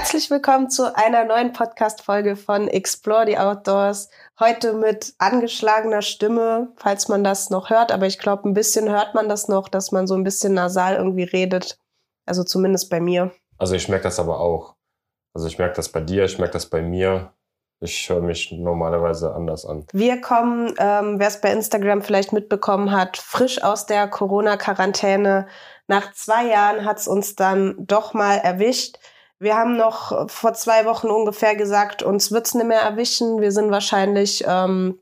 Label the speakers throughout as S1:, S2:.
S1: Herzlich willkommen zu einer neuen Podcast-Folge von Explore the Outdoors. Heute mit angeschlagener Stimme, falls man das noch hört. Aber ich glaube, ein bisschen hört man das noch, dass man so ein bisschen nasal irgendwie redet. Also zumindest bei mir.
S2: Also ich merke das aber auch. Also ich merke das bei dir, ich merke das bei mir. Ich höre mich normalerweise anders an.
S1: Wir kommen, wer es bei Instagram vielleicht mitbekommen hat, frisch aus der Corona-Quarantäne. Nach 2 Jahren hat es uns dann doch mal erwischt. Wir haben noch vor 2 Wochen ungefähr gesagt, uns wird's nicht mehr erwischen. Wir sind wahrscheinlich immun,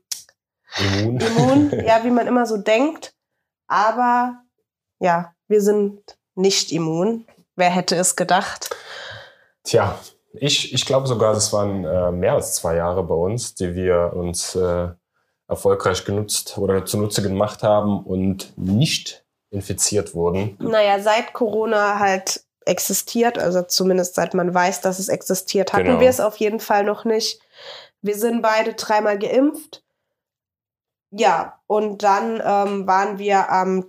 S1: ja, wie man immer so denkt. Aber ja, wir sind nicht immun. Wer hätte es gedacht?
S2: Tja, ich glaube sogar, das waren mehr als 2 Jahre bei uns, die wir uns erfolgreich genutzt oder zunutze gemacht haben und nicht infiziert wurden.
S1: Naja, seit Corona halt existiert, also zumindest seit man weiß, dass es existiert, hatten wir es auf jeden Fall noch nicht. Wir sind beide 3-mal geimpft. Ja, und dann waren wir am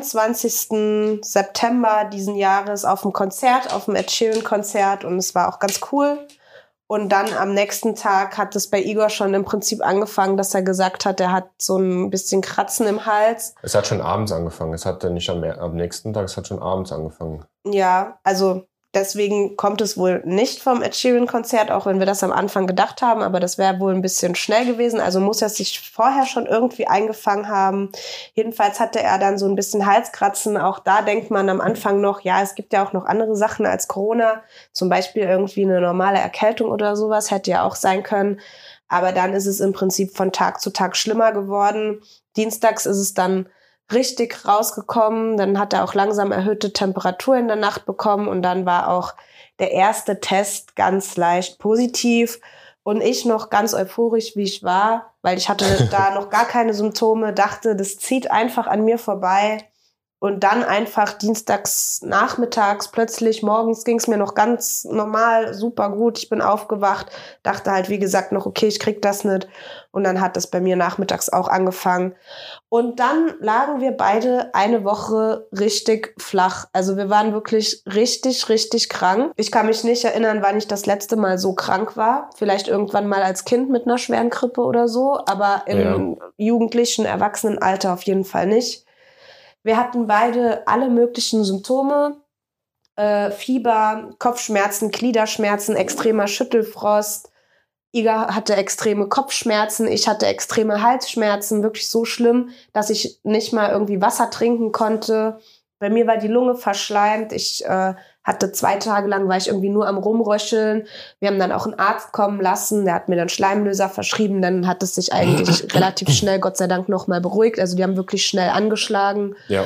S1: 23. September diesen Jahres auf dem Konzert, auf dem Ed Sheeran-Konzert, und es war auch ganz cool. Und dann am nächsten Tag hat es bei Igor schon im Prinzip angefangen, dass er gesagt hat, er hat so ein bisschen Kratzen im Hals.
S2: Es hat schon abends angefangen. Es hat nicht am nächsten Tag, es hat schon abends angefangen.
S1: Ja, also deswegen kommt es wohl nicht vom Ed Sheeran-Konzert, auch wenn wir das am Anfang gedacht haben, aber das wäre wohl ein bisschen schnell gewesen. Also muss er sich vorher schon irgendwie eingefangen haben. Jedenfalls hatte er dann so ein bisschen Halskratzen. Auch da denkt man am Anfang noch, ja, es gibt ja auch noch andere Sachen als Corona. Zum Beispiel irgendwie eine normale Erkältung oder sowas, hätte ja auch sein können. Aber dann ist es im Prinzip von Tag zu Tag schlimmer geworden. Dienstags ist es dann richtig rausgekommen, dann hat er auch langsam erhöhte Temperatur in der Nacht bekommen und dann war auch der erste Test ganz leicht positiv und ich noch ganz euphorisch, wie ich war, weil ich hatte da noch gar keine Symptome, dachte, das zieht einfach an mir vorbei. Und dann einfach dienstags nachmittags, plötzlich morgens ging es mir noch ganz normal, super gut. Ich bin aufgewacht, dachte halt, wie gesagt, noch, okay, ich krieg das nicht. Und dann hat das bei mir nachmittags auch angefangen. Und dann lagen wir beide eine Woche richtig flach. Also wir waren wirklich richtig, richtig krank. Ich kann mich nicht erinnern, wann ich das letzte Mal so krank war. Vielleicht irgendwann mal als Kind mit einer schweren Grippe oder so. Aber im jugendlichen, Erwachsenenalter auf jeden Fall nicht. Wir hatten beide alle möglichen Symptome, Fieber, Kopfschmerzen, Gliederschmerzen, extremer Schüttelfrost. Iga hatte extreme Kopfschmerzen, ich hatte extreme Halsschmerzen, wirklich so schlimm, dass ich nicht mal irgendwie Wasser trinken konnte. Bei mir war die Lunge verschleimt, ich hatte 2 Tage lang, war ich irgendwie nur am Rumröcheln. Wir haben dann auch einen Arzt kommen lassen, der hat mir dann Schleimlöser verschrieben, dann hat es sich eigentlich relativ schnell, Gott sei Dank, nochmal beruhigt. Also die haben wirklich schnell angeschlagen.
S2: Ja.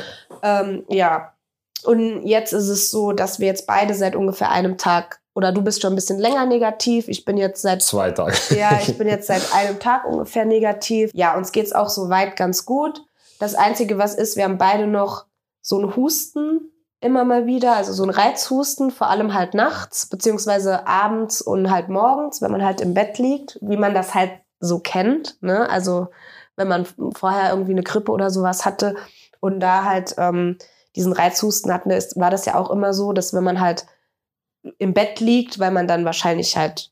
S1: Ja. Und jetzt ist es so, dass wir jetzt beide seit ungefähr einem Tag, oder du bist schon ein bisschen länger negativ, ich bin jetzt seit
S2: 2 Tagen.
S1: Ja, ich bin jetzt seit einem Tag ungefähr negativ. Ja, uns geht's auch soweit ganz gut. Das Einzige, was ist, wir haben beide noch so einen Husten immer mal wieder, also so ein Reizhusten, vor allem halt nachts, beziehungsweise abends und halt morgens, wenn man halt im Bett liegt, wie man das halt so kennt, ne? Also wenn man vorher irgendwie eine Grippe oder sowas hatte und da halt diesen Reizhusten hatten, war das ja auch immer so, dass wenn man halt im Bett liegt, weil man dann wahrscheinlich halt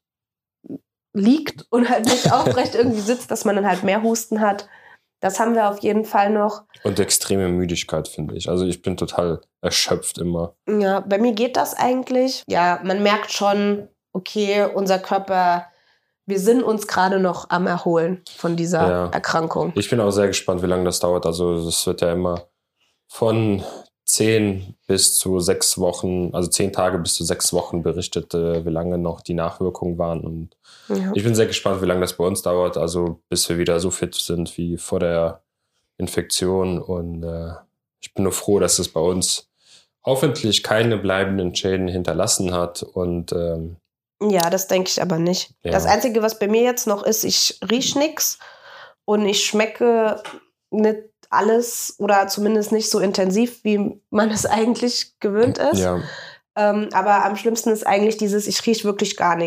S1: liegt und halt nicht aufrecht irgendwie sitzt, dass man dann halt mehr Husten hat. Das haben wir auf jeden Fall noch.
S2: Und extreme Müdigkeit, finde ich. Also ich bin total erschöpft immer.
S1: Ja, bei mir geht das eigentlich. Ja, man merkt schon, okay, unser Körper, wir sind uns gerade noch am Erholen von dieser Erkrankung.
S2: Ich bin auch sehr gespannt, wie lange das dauert. Also es wird ja immer von 10 bis zu 6 Wochen, also 10 Tage bis zu 6 Wochen berichtet, wie lange noch die Nachwirkungen waren. Und ich bin sehr gespannt, wie lange das bei uns dauert, also bis wir wieder so fit sind wie vor der Infektion. Und ich bin nur froh, dass es bei uns hoffentlich keine bleibenden Schäden hinterlassen hat. Und
S1: ja, das denke ich aber nicht. Ja. Das Einzige, was bei mir jetzt noch ist, ich rieche nichts und ich schmecke nicht alles oder zumindest nicht so intensiv, wie man es eigentlich gewöhnt ist.
S2: Ja.
S1: Aber am schlimmsten ist eigentlich dieses, ich rieche wirklich gar nichts.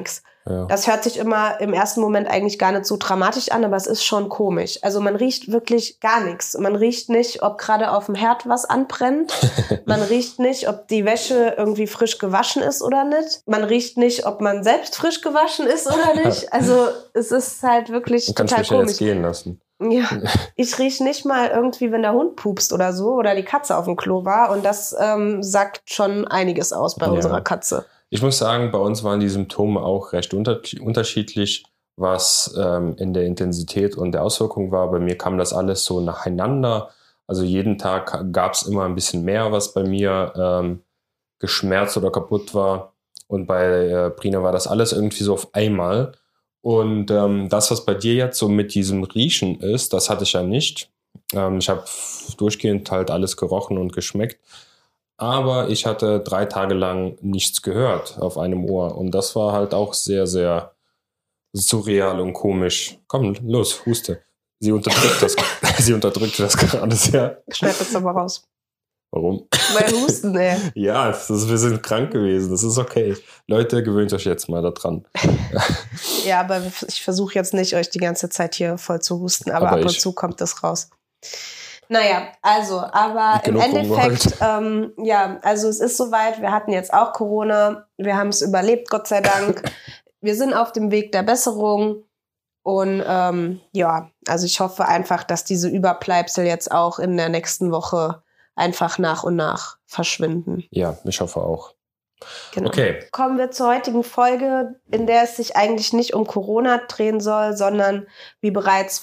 S2: Ja.
S1: Das hört sich immer im ersten Moment eigentlich gar nicht so dramatisch an, aber es ist schon komisch. Also man riecht wirklich gar nichts. Man riecht nicht, ob gerade auf dem Herd was anbrennt. Man riecht nicht, ob die Wäsche irgendwie frisch gewaschen ist oder nicht. Man riecht nicht, ob man selbst frisch gewaschen ist oder nicht. Also es ist halt wirklich total komisch.
S2: Kannst mich ja jetzt gehen lassen.
S1: Ja, ich rieche nicht mal irgendwie, wenn der Hund pupst oder so oder die Katze auf dem Klo war. Und das sagt schon einiges aus bei unserer Katze.
S2: Ich muss sagen, bei uns waren die Symptome auch recht unterschiedlich, was in der Intensität und der Auswirkung war. Bei mir kam das alles so nacheinander. Also jeden Tag gab es immer ein bisschen mehr, was bei mir geschmerzt oder kaputt war. Und bei Brina war das alles irgendwie so auf einmal. Und das, was bei dir jetzt so mit diesem Riechen ist, das hatte ich ja nicht. Ich habe durchgehend halt alles gerochen und geschmeckt. Aber ich hatte 3 Tage lang nichts gehört auf einem Ohr. Und das war halt auch sehr, sehr surreal und komisch. Komm, los, huste. Sie unterdrückt das, sie unterdrückt das gerade sehr.
S1: Schneid das aber raus.
S2: Warum?
S1: Weil Husten, ey.
S2: Ja, wir sind krank gewesen. Das ist okay. Leute, gewöhnt euch jetzt mal daran.
S1: Ja, aber ich versuche jetzt nicht, euch die ganze Zeit hier voll zu husten. Aber ab und zu kommt das raus. Naja, also, aber im Endeffekt, also es ist soweit, wir hatten jetzt auch Corona, wir haben es überlebt, Gott sei Dank. Wir sind auf dem Weg der Besserung und also ich hoffe einfach, dass diese Überbleibsel jetzt auch in der nächsten Woche einfach nach und nach verschwinden.
S2: Ja, ich hoffe auch.
S1: Genau.
S2: Okay.
S1: Kommen wir zur heutigen Folge, in der es sich eigentlich nicht um Corona drehen soll, sondern wie bereits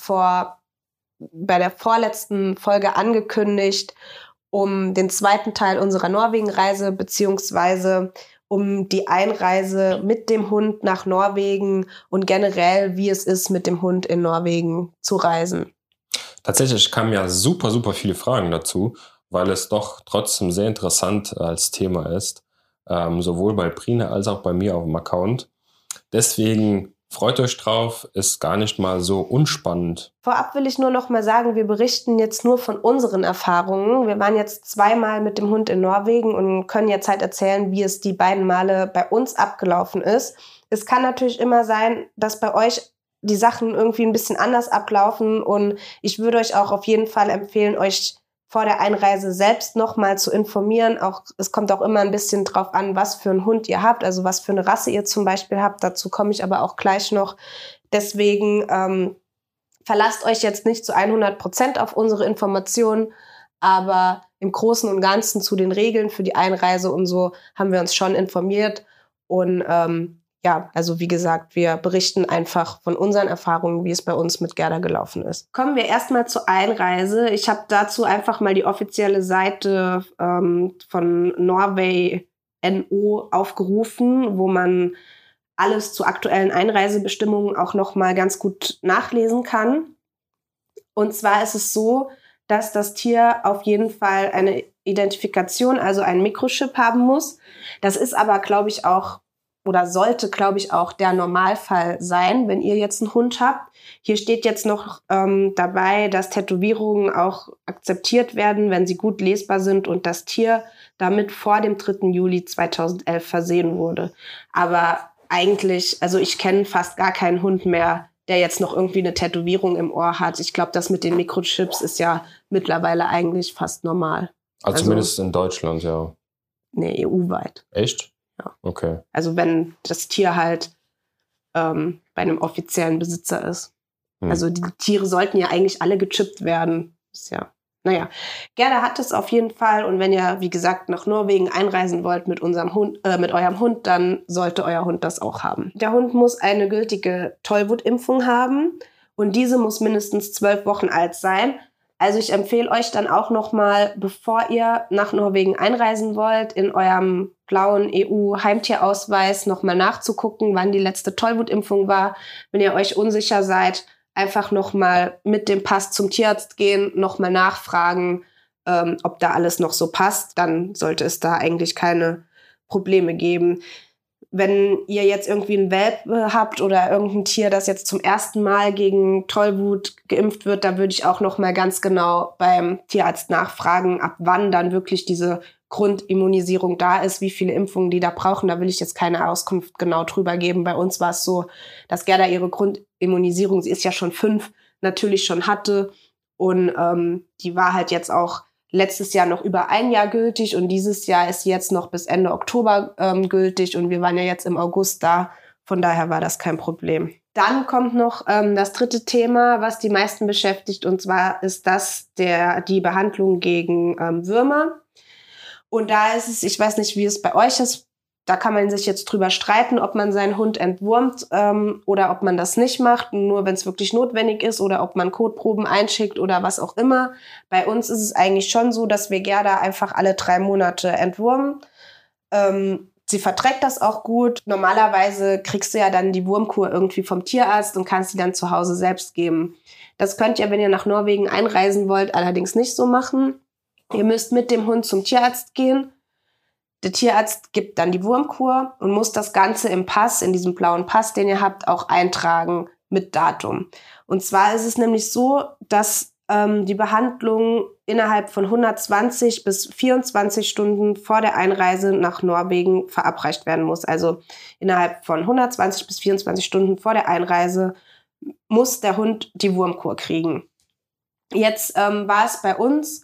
S1: bei der vorletzten Folge angekündigt, um den zweiten Teil unserer Norwegen-Reise beziehungsweise um die Einreise mit dem Hund nach Norwegen und generell, wie es ist, mit dem Hund in Norwegen zu reisen.
S2: Tatsächlich kamen ja super, super viele Fragen dazu, weil es doch trotzdem sehr interessant als Thema ist, sowohl bei Brina als auch bei mir auf dem Account. Deswegen freut euch drauf, ist gar nicht mal so unspannend.
S1: Vorab will ich nur noch mal sagen, wir berichten jetzt nur von unseren Erfahrungen. Wir waren jetzt 2-mal mit dem Hund in Norwegen und können jetzt halt erzählen, wie es die beiden Male bei uns abgelaufen ist. Es kann natürlich immer sein, dass bei euch die Sachen irgendwie ein bisschen anders ablaufen und ich würde euch auch auf jeden Fall empfehlen, euch vor der Einreise selbst nochmal zu informieren. Es kommt auch immer ein bisschen drauf an, was für einen Hund ihr habt, also was für eine Rasse ihr zum Beispiel habt. Dazu komme ich aber auch gleich noch. Deswegen verlasst euch jetzt nicht zu 100% auf unsere Informationen, aber im Großen und Ganzen zu den Regeln für die Einreise und so haben wir uns schon informiert. Und also wie gesagt, wir berichten einfach von unseren Erfahrungen, wie es bei uns mit Gerda gelaufen ist. Kommen wir erstmal zur Einreise. Ich habe dazu einfach mal die offizielle Seite von Norway NO aufgerufen, wo man alles zu aktuellen Einreisebestimmungen auch noch mal ganz gut nachlesen kann. Und zwar ist es so, dass das Tier auf jeden Fall eine Identifikation, also einen Mikrochip haben muss. Das ist aber, glaube ich, auch oder sollte, glaube ich, auch der Normalfall sein, wenn ihr jetzt einen Hund habt. Hier steht jetzt noch dabei, dass Tätowierungen auch akzeptiert werden, wenn sie gut lesbar sind und das Tier damit vor dem 3. Juli 2011 versehen wurde. Aber eigentlich, also ich kenne fast gar keinen Hund mehr, der jetzt noch irgendwie eine Tätowierung im Ohr hat. Ich glaube, das mit den Mikrochips ist ja mittlerweile eigentlich fast normal.
S2: Also zumindest in Deutschland, ja.
S1: Nee, EU-weit.
S2: Echt?
S1: Ja.
S2: Okay.
S1: Also wenn das Tier halt bei einem offiziellen Besitzer ist. Also die Tiere sollten ja eigentlich alle gechippt werden. Ist ja, naja. Gerda hat es auf jeden Fall und wenn ihr, wie gesagt, nach Norwegen einreisen wollt mit unserem Hund, mit eurem Hund, dann sollte euer Hund das auch haben. Der Hund muss eine gültige Tollwutimpfung haben und diese muss mindestens 12 Wochen alt sein. Also ich empfehle euch dann auch nochmal, bevor ihr nach Norwegen einreisen wollt, in eurem blauen EU-Heimtierausweis nochmal nachzugucken, wann die letzte Tollwutimpfung war. Wenn ihr euch unsicher seid, einfach nochmal mit dem Pass zum Tierarzt gehen, nochmal nachfragen, ob da alles noch so passt. Dann sollte es da eigentlich keine Probleme geben. Wenn ihr jetzt irgendwie einen Welpe habt oder irgendein Tier, das jetzt zum ersten Mal gegen Tollwut geimpft wird, da würde ich auch noch mal ganz genau beim Tierarzt nachfragen, ab wann dann wirklich diese Grundimmunisierung da ist, wie viele Impfungen die da brauchen. Da will ich jetzt keine Auskunft genau drüber geben. Bei uns war es so, dass Gerda ihre Grundimmunisierung, sie ist ja schon 5, natürlich schon hatte. Und die war halt jetzt auch letztes Jahr noch über 1 Jahr gültig und dieses Jahr ist jetzt noch bis Ende Oktober gültig und wir waren ja jetzt im August da. Von daher war das kein Problem. Dann kommt noch das dritte Thema, was die meisten beschäftigt, und zwar ist das die Behandlung gegen Würmer. Und da ist es, ich weiß nicht, wie es bei euch ist, da kann man sich jetzt drüber streiten, ob man seinen Hund entwurmt oder ob man das nicht macht, nur wenn es wirklich notwendig ist oder ob man Kotproben einschickt oder was auch immer. Bei uns ist es eigentlich schon so, dass wir Gerda einfach alle 3 Monate entwurmen. Sie verträgt das auch gut. Normalerweise kriegst du ja dann die Wurmkur irgendwie vom Tierarzt und kannst sie dann zu Hause selbst geben. Das könnt ihr, wenn ihr nach Norwegen einreisen wollt, allerdings nicht so machen. Ihr müsst mit dem Hund zum Tierarzt gehen. Der Tierarzt gibt dann die Wurmkur und muss das Ganze im Pass, in diesem blauen Pass, den ihr habt, auch eintragen mit Datum. Und zwar ist es nämlich so, dass die Behandlung innerhalb von 120 bis 24 Stunden vor der Einreise nach Norwegen verabreicht werden muss. Also innerhalb von 120 bis 24 Stunden vor der Einreise muss der Hund die Wurmkur kriegen. Jetzt war es bei uns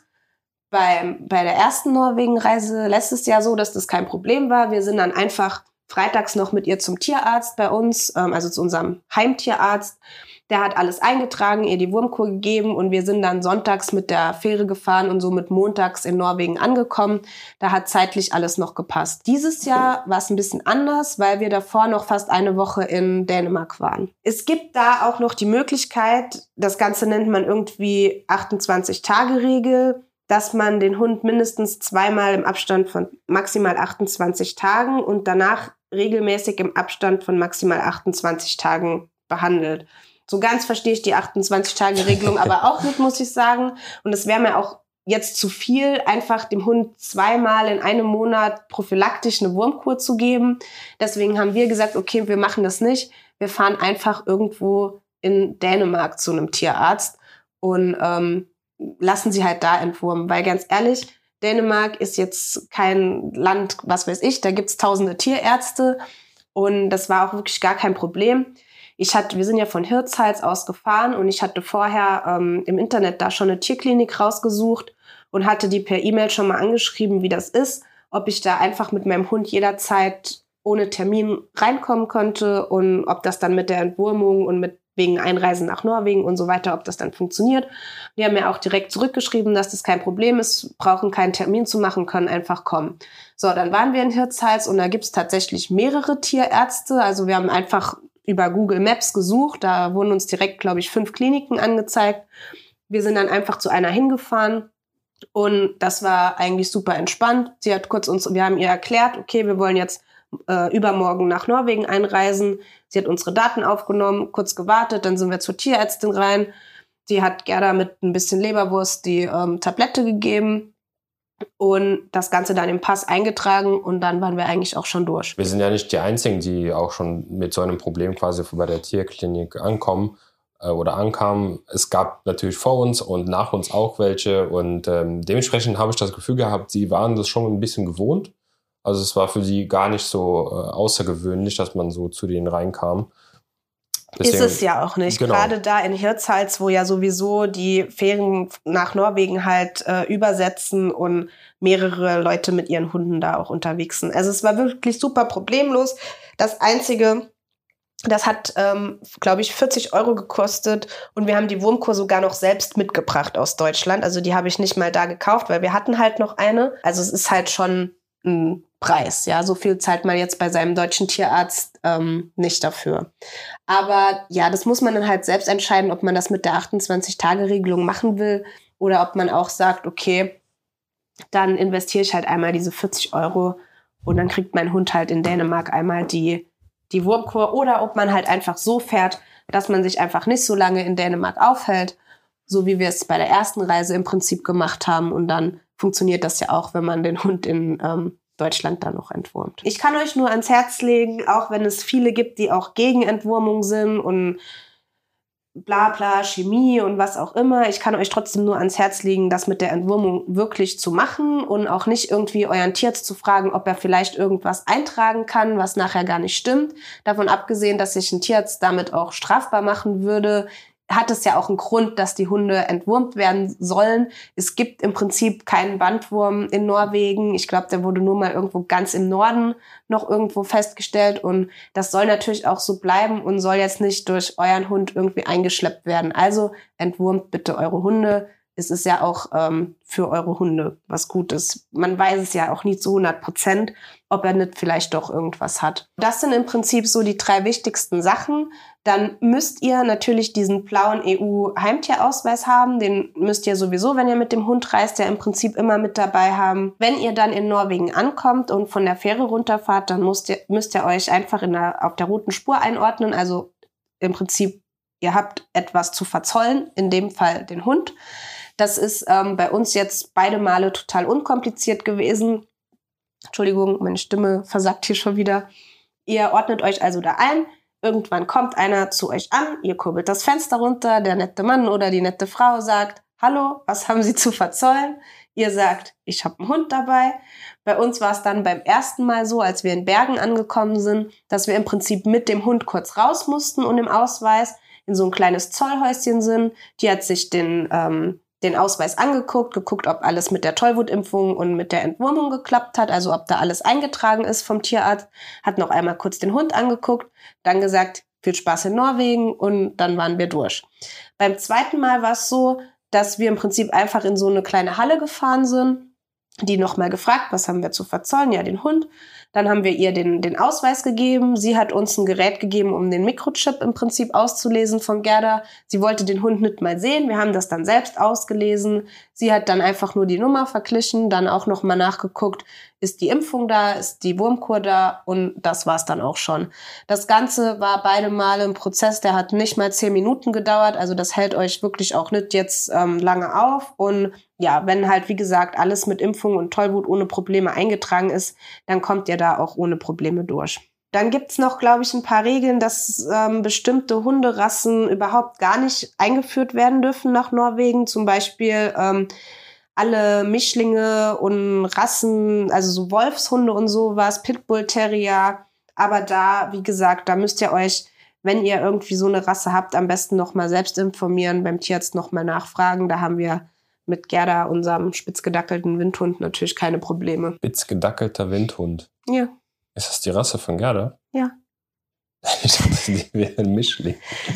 S1: bei der ersten Norwegen-Reise letztes Jahr so, dass das kein Problem war. Wir sind dann einfach freitags noch mit ihr zum Tierarzt bei uns, also zu unserem Heimtierarzt. Der hat alles eingetragen, ihr die Wurmkur gegeben und wir sind dann sonntags mit der Fähre gefahren und somit montags in Norwegen angekommen. Da hat zeitlich alles noch gepasst. Dieses Jahr war es ein bisschen anders, weil wir davor noch fast 1 Woche in Dänemark waren. Es gibt da auch noch die Möglichkeit, das Ganze nennt man irgendwie 28-Tage-Regel, dass man den Hund mindestens 2-mal im Abstand von maximal 28 Tagen und danach regelmäßig im Abstand von maximal 28 Tagen behandelt. So ganz verstehe ich die 28-Tage-Regelung aber auch nicht, muss ich sagen. Und es wäre mir auch jetzt zu viel, einfach dem Hund 2-mal in einem Monat prophylaktisch eine Wurmkur zu geben. Deswegen haben wir gesagt, okay, wir machen das nicht. Wir fahren einfach irgendwo in Dänemark zu einem Tierarzt und lassen sie halt da entwurmen. Weil ganz ehrlich, Dänemark ist jetzt kein Land, was weiß ich, da gibt's tausende Tierärzte und das war auch wirklich gar kein Problem. Wir sind ja von Hirtshals aus gefahren und ich hatte vorher im Internet da schon eine Tierklinik rausgesucht und hatte die per E-Mail schon mal angeschrieben, wie das ist, ob ich da einfach mit meinem Hund jederzeit ohne Termin reinkommen konnte und ob das dann mit der Entwurmung und mit wegen Einreisen nach Norwegen und so weiter, ob das dann funktioniert. Die haben mir auch direkt zurückgeschrieben, dass das kein Problem ist, brauchen keinen Termin zu machen, können einfach kommen. So, dann waren wir in Hirtshals und da gibt's tatsächlich mehrere Tierärzte. Also wir haben einfach über Google Maps gesucht, da wurden uns direkt, glaube ich, 5 Kliniken angezeigt. Wir sind dann einfach zu einer hingefahren und das war eigentlich super entspannt. Wir haben ihr erklärt, okay, wir wollen jetzt übermorgen nach Norwegen einreisen. Sie hat unsere Daten aufgenommen, kurz gewartet, dann sind wir zur Tierärztin rein. Die hat Gerda mit ein bisschen Leberwurst die Tablette gegeben und das Ganze dann im Pass eingetragen und dann waren wir eigentlich auch schon durch.
S2: Wir sind ja nicht die Einzigen, die auch schon mit so einem Problem quasi bei der Tierklinik ankamen. Es gab natürlich vor uns und nach uns auch welche und dementsprechend habe ich das Gefühl gehabt, sie waren das schon ein bisschen gewohnt. Also es war für sie gar nicht so außergewöhnlich, dass man so zu denen reinkam.
S1: Deswegen, ist es ja auch nicht. Genau. Gerade da in Hirtshals, wo ja sowieso die Fähren nach Norwegen halt übersetzen und mehrere Leute mit ihren Hunden da auch unterwegs sind. Also es war wirklich super problemlos. Das Einzige, das hat, glaube ich, 40 € gekostet und wir haben die Wurmkur sogar noch selbst mitgebracht aus Deutschland. Also die habe ich nicht mal da gekauft, weil wir hatten halt noch eine. Also es ist halt schon ein Preis, ja, so viel zahlt man jetzt bei seinem deutschen Tierarzt nicht dafür. Aber ja, das muss man dann halt selbst entscheiden, ob man das mit der 28-Tage-Regelung machen will oder ob man auch sagt, okay, dann investiere ich halt einmal diese 40 € und dann kriegt mein Hund halt in Dänemark einmal die Wurmkur oder ob man halt einfach so fährt, dass man sich einfach nicht so lange in Dänemark aufhält, so wie wir es bei der ersten Reise im Prinzip gemacht haben und dann funktioniert das ja auch, wenn man den Hund in Deutschland dann noch entwurmt. Ich kann euch nur ans Herz legen, auch wenn es viele gibt, die auch gegen Entwurmung sind und bla bla, Chemie und was auch immer. Ich kann euch trotzdem nur ans Herz legen, das mit der Entwurmung wirklich zu machen und auch nicht irgendwie euren Tierarzt zu fragen, ob er vielleicht irgendwas eintragen kann, was nachher gar nicht stimmt. Davon abgesehen, dass sich ein Tierarzt damit auch strafbar machen würde, hat es ja auch einen Grund, dass die Hunde entwurmt werden sollen. Es gibt im Prinzip keinen Bandwurm in Norwegen. Ich glaube, der wurde nur mal irgendwo ganz im Norden noch irgendwo festgestellt. Und das soll natürlich auch so bleiben und soll jetzt nicht durch euren Hund irgendwie eingeschleppt werden. Also entwurmt bitte eure Hunde. Es ist ja auch für eure Hunde was Gutes. Man weiß es ja auch nie zu 100%, ob er nicht vielleicht doch irgendwas hat. Das sind im Prinzip so die 3 wichtigsten Sachen. Dann müsst ihr natürlich diesen blauen EU-Heimtierausweis haben. Den müsst ihr sowieso, wenn ihr mit dem Hund reist, ja im Prinzip immer mit dabei haben. Wenn ihr dann in Norwegen ankommt und von der Fähre runterfahrt, dann müsst ihr euch einfach auf der roten Spur einordnen. Also im Prinzip, ihr habt etwas zu verzollen, in dem Fall den Hund. Das ist bei uns jetzt beide Male total unkompliziert gewesen. Entschuldigung, meine Stimme versagt hier schon wieder. Ihr ordnet euch also da ein. Irgendwann kommt einer zu euch an, ihr kurbelt das Fenster runter, der nette Mann oder die nette Frau sagt, hallo, was haben Sie zu verzollen? Ihr sagt, ich habe einen Hund dabei. Bei uns war es dann beim ersten Mal so, als wir in Bergen angekommen sind, dass wir im Prinzip mit dem Hund kurz raus mussten und im Ausweis in so ein kleines Zollhäuschen sind. Die hat sich den Ausweis geguckt, ob alles mit der Tollwutimpfung und mit der Entwurmung geklappt hat, also ob da alles eingetragen ist vom Tierarzt, hat noch einmal kurz den Hund angeguckt, dann gesagt, viel Spaß in Norwegen und dann waren wir durch. Beim zweiten Mal war es so, dass wir im Prinzip einfach in so eine kleine Halle gefahren sind, die nochmal gefragt, was haben wir zu verzollen? Ja, den Hund. Dann haben wir ihr den Ausweis gegeben. Sie hat uns ein Gerät gegeben, um den Mikrochip im Prinzip auszulesen von Gerda. Sie wollte den Hund nicht mal sehen. Wir haben das dann selbst ausgelesen. Sie hat dann einfach nur die Nummer verglichen, dann auch nochmal nachgeguckt, ist die Impfung da, ist die Wurmkur da und das war's dann auch schon. Das Ganze war beide Male ein Prozess, der hat nicht mal 10 Minuten gedauert. Also das hält euch wirklich auch nicht jetzt lange auf. Und ja, wenn halt, wie gesagt, alles mit Impfung und Tollwut ohne Probleme eingetragen ist, dann kommt ihr da auch ohne Probleme durch. Dann gibt's noch, glaube ich, ein paar Regeln, dass bestimmte Hunderassen überhaupt gar nicht eingeführt werden dürfen nach Norwegen. Zum Beispiel alle Mischlinge und Rassen, also so Wolfshunde und sowas, Pitbull Terrier. Aber da, wie gesagt, da müsst ihr euch, wenn ihr irgendwie so eine Rasse habt, am besten nochmal selbst informieren, beim Tierarzt nochmal nachfragen. Da haben wir mit Gerda, unserem spitzgedackelten Windhund, natürlich keine Probleme.
S2: Spitzgedackelter Windhund?
S1: Ja.
S2: Ist das die Rasse von Gerda?
S1: Ja.
S2: Ich dachte, die wäre ein Mischling.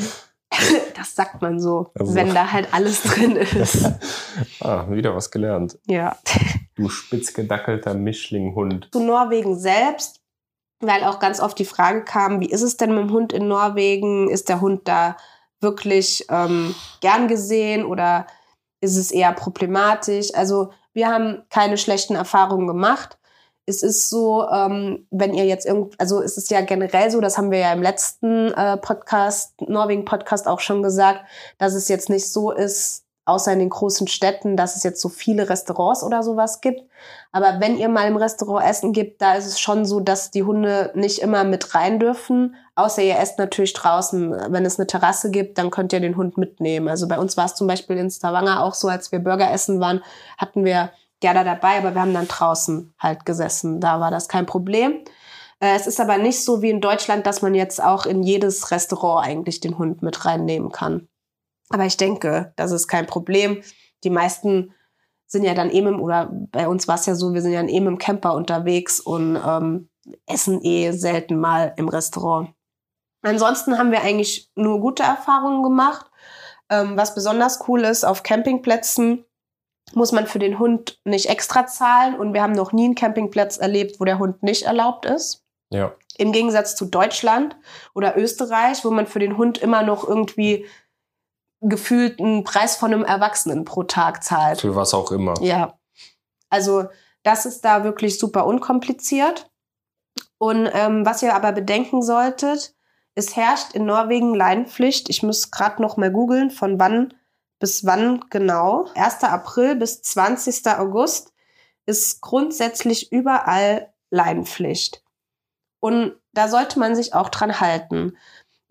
S1: Das sagt man so, also, wenn da halt alles drin ist.
S2: Wieder was gelernt.
S1: Ja.
S2: Du spitzgedackelter Mischlinghund.
S1: Zu Norwegen selbst, weil auch ganz oft die Frage kam, wie ist es denn mit dem Hund in Norwegen? Ist der Hund da wirklich gern gesehen oder ist es eher problematisch? Also wir haben keine schlechten Erfahrungen gemacht. Es ist so, wenn ihr jetzt also es ist ja generell so, das haben wir ja im letzten Norwegen-Podcast auch schon gesagt, dass es jetzt nicht so ist, außer in den großen Städten, dass es jetzt so viele Restaurants oder sowas gibt. Aber wenn ihr mal im Restaurant essen gibt, da ist es schon so, dass die Hunde nicht immer mit rein dürfen. Außer ihr esst natürlich draußen. Wenn es eine Terrasse gibt, dann könnt ihr den Hund mitnehmen. Also bei uns war es zum Beispiel in Stavanger auch so, als wir Burger essen waren, hatten wir Gerda dabei, aber wir haben dann draußen halt gesessen. Da war das kein Problem. Es ist aber nicht so wie in Deutschland, dass man jetzt auch in jedes Restaurant eigentlich den Hund mit reinnehmen kann. Aber ich denke, das ist kein Problem. Die meisten sind ja dann oder bei uns war es ja so, wir sind ja im Camper unterwegs und essen selten mal im Restaurant. Ansonsten haben wir eigentlich nur gute Erfahrungen gemacht. Was besonders cool ist, auf Campingplätzen muss man für den Hund nicht extra zahlen und wir haben noch nie einen Campingplatz erlebt, wo der Hund nicht erlaubt ist.
S2: Ja.
S1: Im Gegensatz zu Deutschland oder Österreich, wo man für den Hund immer noch irgendwie gefühlt einen Preis von einem Erwachsenen pro Tag zahlt.
S2: Für was auch immer.
S1: Ja, also das ist da wirklich super unkompliziert. Und was ihr aber bedenken solltet, es herrscht in Norwegen Leinenpflicht. Ich muss gerade noch mal googeln, von wann bis wann genau. 1. April bis 20. August ist grundsätzlich überall Leinenpflicht. Und da sollte man sich auch dran halten.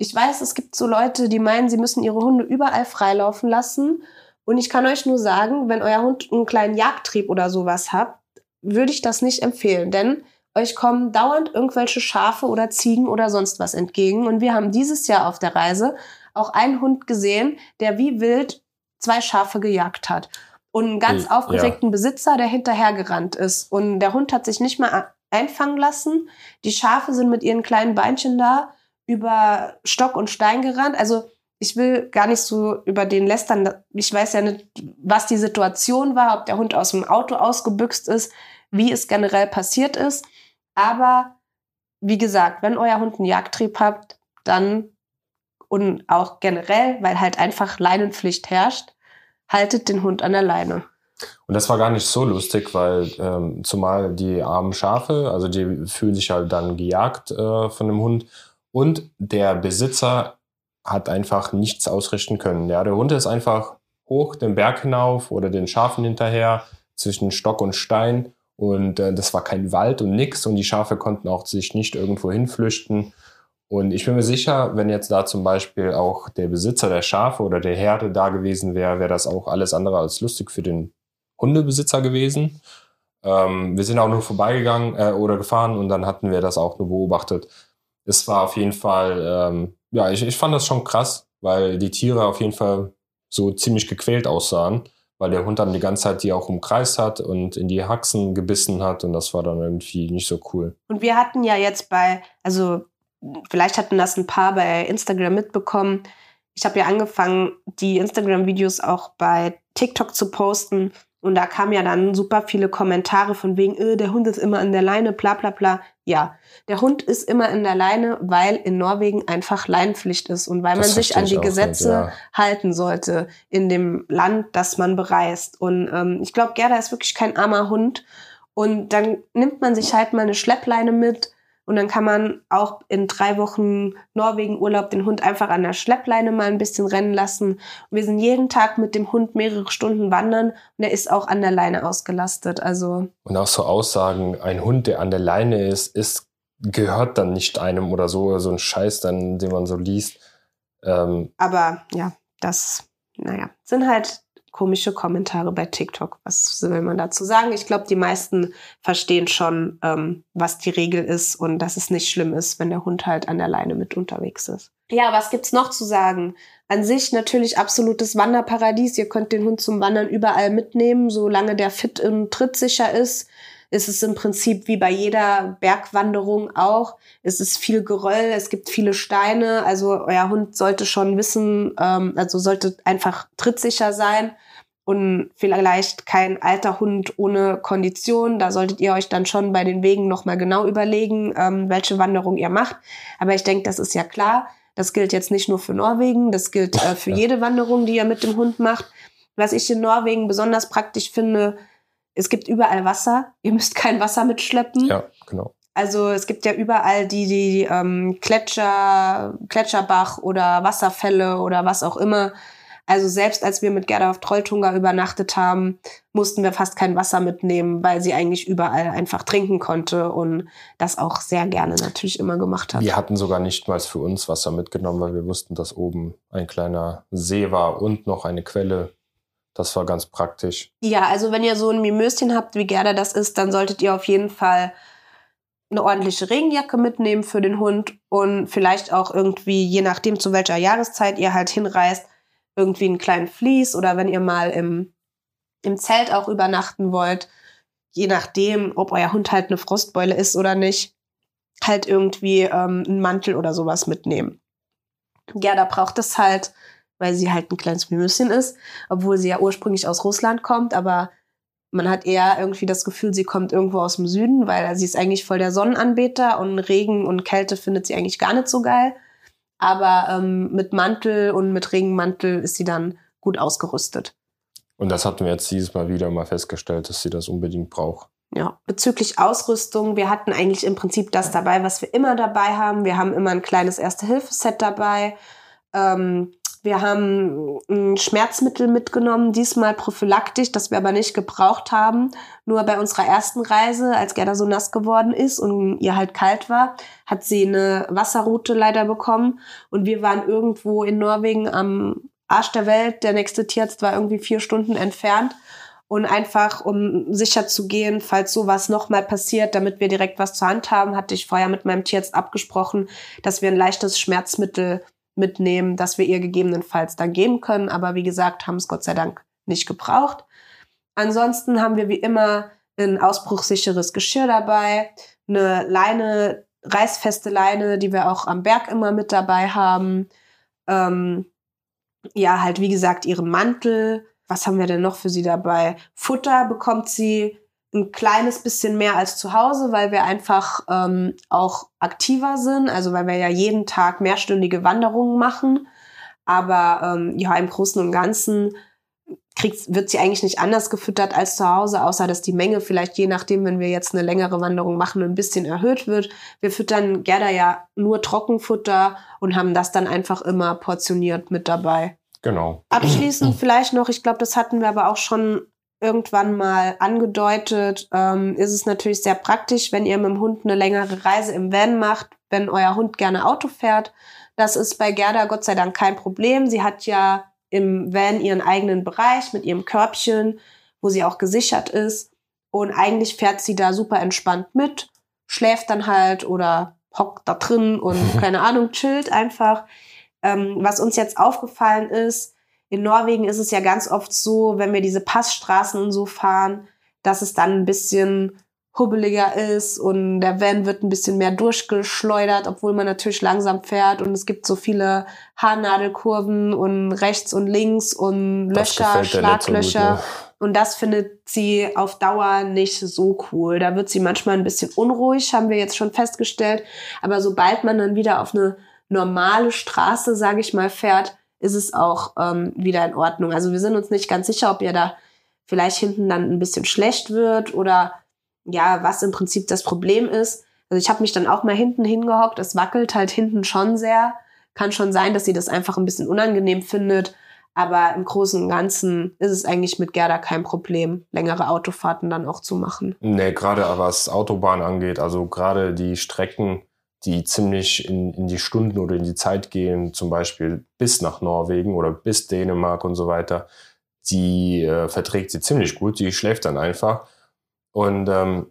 S1: ich weiß, es gibt so Leute, die meinen, sie müssen ihre Hunde überall freilaufen lassen. Und ich kann euch nur sagen, wenn euer Hund einen kleinen Jagdtrieb oder sowas hat, würde ich das nicht empfehlen. Denn euch kommen dauernd irgendwelche Schafe oder Ziegen oder sonst was entgegen. Und wir haben dieses Jahr auf der Reise auch einen Hund gesehen, der wie wild 2 Schafe gejagt hat. Und einen ganz aufgeregten Besitzer, der hinterhergerannt ist. Und der Hund hat sich nicht mal einfangen lassen. Die Schafe sind mit ihren kleinen Beinchen da über Stock und Stein gerannt. Also ich will gar nicht so über den lästern. Ich weiß ja nicht, was die Situation war, ob der Hund aus dem Auto ausgebüxt ist, wie es generell passiert ist. Aber wie gesagt, wenn euer Hund einen Jagdtrieb habt, dann und auch generell, weil halt einfach Leinenpflicht herrscht, haltet den Hund an der Leine.
S2: Und das war gar nicht so lustig, weil zumal die armen Schafe, also die fühlen sich halt dann gejagt von dem Hund und der Besitzer hat einfach nichts ausrichten können. Ja, der Hund ist einfach hoch den Berg hinauf oder den Schafen hinterher zwischen Stock und Stein und das war kein Wald und nix und die Schafe konnten auch sich nicht irgendwo hinflüchten. Und ich bin mir sicher, wenn jetzt da zum Beispiel auch der Besitzer der Schafe oder der Herde da gewesen wäre, wäre das auch alles andere als lustig für den Hundebesitzer gewesen. Wir sind auch nur vorbeigegangen oder gefahren und dann hatten wir das auch nur beobachtet. Es war auf jeden Fall, ich fand das schon krass, weil die Tiere auf jeden Fall so ziemlich gequält aussahen, weil der Hund dann die ganze Zeit die auch umkreist hat und in die Haxen gebissen hat und das war dann irgendwie nicht so cool.
S1: Und wir hatten ja jetzt vielleicht hatten das ein paar bei Instagram mitbekommen. Ich habe ja angefangen, die Instagram-Videos auch bei TikTok zu posten. Und da kamen ja dann super viele Kommentare von wegen, der Hund ist immer an der Leine, bla bla bla. Ja, der Hund ist immer in der Leine, weil in Norwegen einfach Leinenpflicht ist und weil man sich an die Gesetze halten sollte in dem Land, das man bereist. Und ich glaube, Gerda ist wirklich kein armer Hund. Und dann nimmt man sich halt mal eine Schleppleine mit. Und dann kann man auch in 3 Wochen Norwegen-Urlaub den Hund einfach an der Schleppleine mal ein bisschen rennen lassen. Und wir sind jeden Tag mit dem Hund mehrere Stunden wandern und er ist auch an der Leine ausgelastet. Also
S2: und auch so Aussagen, ein Hund, der an der Leine gehört dann nicht einem oder so ein Scheiß, dann, den man so liest.
S1: Aber ja, sind halt komische Kommentare bei TikTok. Was will man dazu sagen? Ich glaube, die meisten verstehen schon, was die Regel ist und dass es nicht schlimm ist, wenn der Hund halt an der Leine mit unterwegs ist. Ja, was gibt's noch zu sagen? An sich natürlich absolutes Wanderparadies. Ihr könnt den Hund zum Wandern überall mitnehmen, solange der fit und trittsicher ist. Ist es im Prinzip wie bei jeder Bergwanderung auch. Es ist viel Geröll, es gibt viele Steine. Also euer Hund sollte schon wissen, sollte einfach trittsicher sein und vielleicht kein alter Hund ohne Kondition. Da solltet ihr euch dann schon bei den Wegen nochmal genau überlegen, welche Wanderung ihr macht. Aber ich denke, das ist ja klar. Das gilt jetzt nicht nur für Norwegen, das gilt für jede Wanderung, die ihr mit dem Hund macht. Was ich in Norwegen besonders praktisch finde, es gibt überall Wasser. Ihr müsst kein Wasser mitschleppen.
S2: Ja, genau.
S1: Also es gibt ja überall die Gletscherbach oder Wasserfälle oder was auch immer. Also selbst als wir mit Gerda auf Trolltunga übernachtet haben, mussten wir fast kein Wasser mitnehmen, weil sie eigentlich überall einfach trinken konnte und das auch sehr gerne natürlich immer gemacht hat.
S2: Wir hatten sogar nicht mal für uns Wasser mitgenommen, weil wir wussten, dass oben ein kleiner See war und noch eine Quelle. Das war ganz praktisch.
S1: Ja, also wenn ihr so ein Mimöschen habt, wie Gerda das ist, dann solltet ihr auf jeden Fall eine ordentliche Regenjacke mitnehmen für den Hund und vielleicht auch irgendwie, je nachdem zu welcher Jahreszeit ihr halt hinreist, irgendwie einen kleinen Vlies oder wenn ihr mal im Zelt auch übernachten wollt, je nachdem, ob euer Hund halt eine Frostbeule ist oder nicht, halt irgendwie einen Mantel oder sowas mitnehmen. Gerda braucht es halt, weil sie halt ein kleines Mimöschen ist, obwohl sie ja ursprünglich aus Russland kommt, aber man hat eher irgendwie das Gefühl, sie kommt irgendwo aus dem Süden, weil sie ist eigentlich voll der Sonnenanbeter und Regen und Kälte findet sie eigentlich gar nicht so geil. Aber mit Mantel und mit Regenmantel ist sie dann gut ausgerüstet.
S2: Und das hatten wir jetzt dieses Mal wieder mal festgestellt, dass sie das unbedingt braucht.
S1: Ja, bezüglich Ausrüstung, wir hatten eigentlich im Prinzip das dabei, was wir immer dabei haben. Wir haben immer ein kleines Erste-Hilfe-Set dabei. Wir haben ein Schmerzmittel mitgenommen, diesmal prophylaktisch, das wir aber nicht gebraucht haben. Nur bei unserer ersten Reise, als Gerda so nass geworden ist und ihr halt kalt war, hat sie eine Wasserrute leider bekommen. Und wir waren irgendwo in Norwegen am Arsch der Welt. Der nächste Tierarzt war irgendwie 4 Stunden entfernt. Und einfach, um sicher zu gehen, falls sowas nochmal passiert, damit wir direkt was zur Hand haben, hatte ich vorher mit meinem Tierarzt abgesprochen, dass wir ein leichtes Schmerzmittel mitnehmen, das wir ihr gegebenenfalls dann geben können. Aber wie gesagt, haben es Gott sei Dank nicht gebraucht. Ansonsten haben wir wie immer ein ausbruchssicheres Geschirr dabei, eine Leine, reißfeste Leine, die wir auch am Berg immer mit dabei haben. Ja, halt wie gesagt, ihren Mantel. Was haben wir denn noch für sie dabei? Futter bekommt sie ein kleines bisschen mehr als zu Hause, weil wir einfach auch aktiver sind, also weil wir ja jeden Tag mehrstündige Wanderungen machen. Aber ja, im Großen und Ganzen wird sie eigentlich nicht anders gefüttert als zu Hause, außer dass die Menge vielleicht je nachdem, wenn wir jetzt eine längere Wanderung machen, ein bisschen erhöht wird. Wir füttern Gerda ja nur Trockenfutter und haben das dann einfach immer portioniert mit dabei.
S2: Genau.
S1: Abschließend vielleicht noch, ich glaube, das hatten wir aber auch schon irgendwann mal angedeutet, ist es natürlich sehr praktisch, wenn ihr mit dem Hund eine längere Reise im Van macht, wenn euer Hund gerne Auto fährt. Das ist bei Gerda Gott sei Dank kein Problem. Sie hat ja im Van ihren eigenen Bereich mit ihrem Körbchen, wo sie auch gesichert ist. Und eigentlich fährt sie da super entspannt mit, schläft dann halt oder hockt da drin und keine Ahnung, chillt einfach. Was uns jetzt aufgefallen ist, in Norwegen ist es ja ganz oft so, wenn wir diese Passstraßen und so fahren, dass es dann ein bisschen hubbeliger ist und der Van wird ein bisschen mehr durchgeschleudert, obwohl man natürlich langsam fährt und es gibt so viele Haarnadelkurven und rechts und links und Löcher, Schlaglöcher. Und das findet sie auf Dauer nicht so cool. Da wird sie manchmal ein bisschen unruhig, haben wir jetzt schon festgestellt. Aber sobald man dann wieder auf eine normale Straße, sage ich mal, fährt, ist es auch wieder in Ordnung. Also wir sind uns nicht ganz sicher, ob ihr da vielleicht hinten dann ein bisschen schlecht wird oder ja, was im Prinzip das Problem ist. Also ich habe mich dann auch mal hinten hingehockt. Es wackelt halt hinten schon sehr. Kann schon sein, dass sie das einfach ein bisschen unangenehm findet. Aber im Großen und Ganzen ist es eigentlich mit Gerda kein Problem, längere Autofahrten dann auch zu machen.
S2: Nee, gerade was Autobahn angeht, also gerade die Strecken, die ziemlich in die Stunden oder in die Zeit gehen, zum Beispiel bis nach Norwegen oder bis Dänemark und so weiter, die verträgt sie ziemlich gut, die schläft dann einfach. Und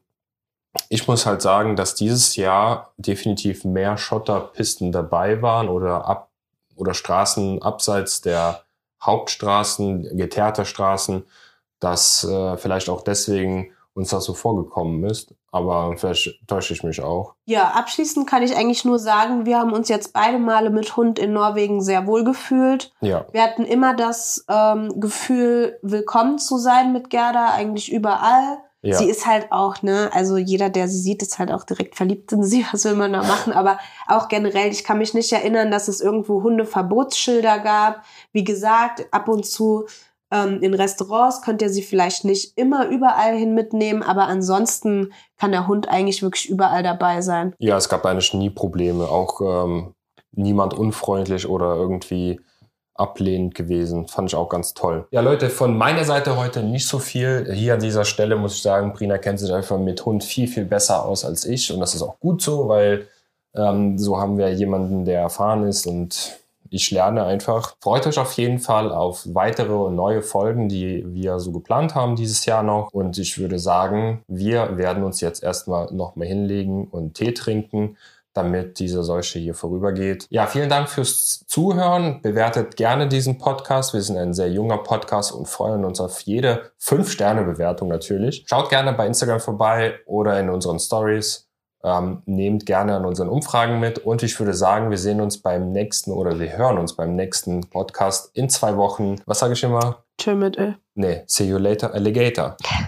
S2: ich muss halt sagen, dass dieses Jahr definitiv mehr Schotterpisten dabei waren oder Straßen abseits der Hauptstraßen, geteerter Straßen, dass vielleicht auch deswegen uns das so vorgekommen ist. Aber vielleicht täusche ich mich auch.
S1: Ja, abschließend kann ich eigentlich nur sagen, wir haben uns jetzt beide Male mit Hund in Norwegen sehr wohl gefühlt.
S2: Ja.
S1: Wir hatten immer das Gefühl, willkommen zu sein mit Gerda, eigentlich überall. Ja. Sie ist halt auch, ne, also jeder, der sie sieht, ist halt auch direkt verliebt in sie, was will man da machen, aber auch generell, ich kann mich nicht erinnern, dass es irgendwo Hundeverbotsschilder gab. Wie gesagt, ab und zu in Restaurants könnt ihr sie vielleicht nicht immer überall hin mitnehmen, aber ansonsten kann der Hund eigentlich wirklich überall dabei sein.
S2: Ja, es gab eigentlich nie Probleme, auch niemand unfreundlich oder irgendwie ablehnend gewesen. Fand ich auch ganz toll. Ja, Leute, von meiner Seite heute nicht so viel. Hier an dieser Stelle muss ich sagen, Brina kennt sich einfach mit Hund viel, viel besser aus als ich. Und das ist auch gut so, weil so haben wir jemanden, der erfahren ist und ich lerne einfach. Freut euch auf jeden Fall auf weitere und neue Folgen, die wir so geplant haben dieses Jahr noch. Und ich würde sagen, wir werden uns jetzt erstmal noch mal hinlegen und Tee trinken, damit diese Seuche hier vorübergeht. Ja, vielen Dank fürs Zuhören. Bewertet gerne diesen Podcast. Wir sind ein sehr junger Podcast und freuen uns auf jede 5-Sterne-Bewertung natürlich. Schaut gerne bei Instagram vorbei oder in unseren Stories. Nehmt gerne an unseren Umfragen mit. Und ich würde sagen, wir hören uns beim nächsten Podcast in 2 Wochen. Was sage ich immer?
S1: Tschö mit
S2: Nee, see you later, Alligator.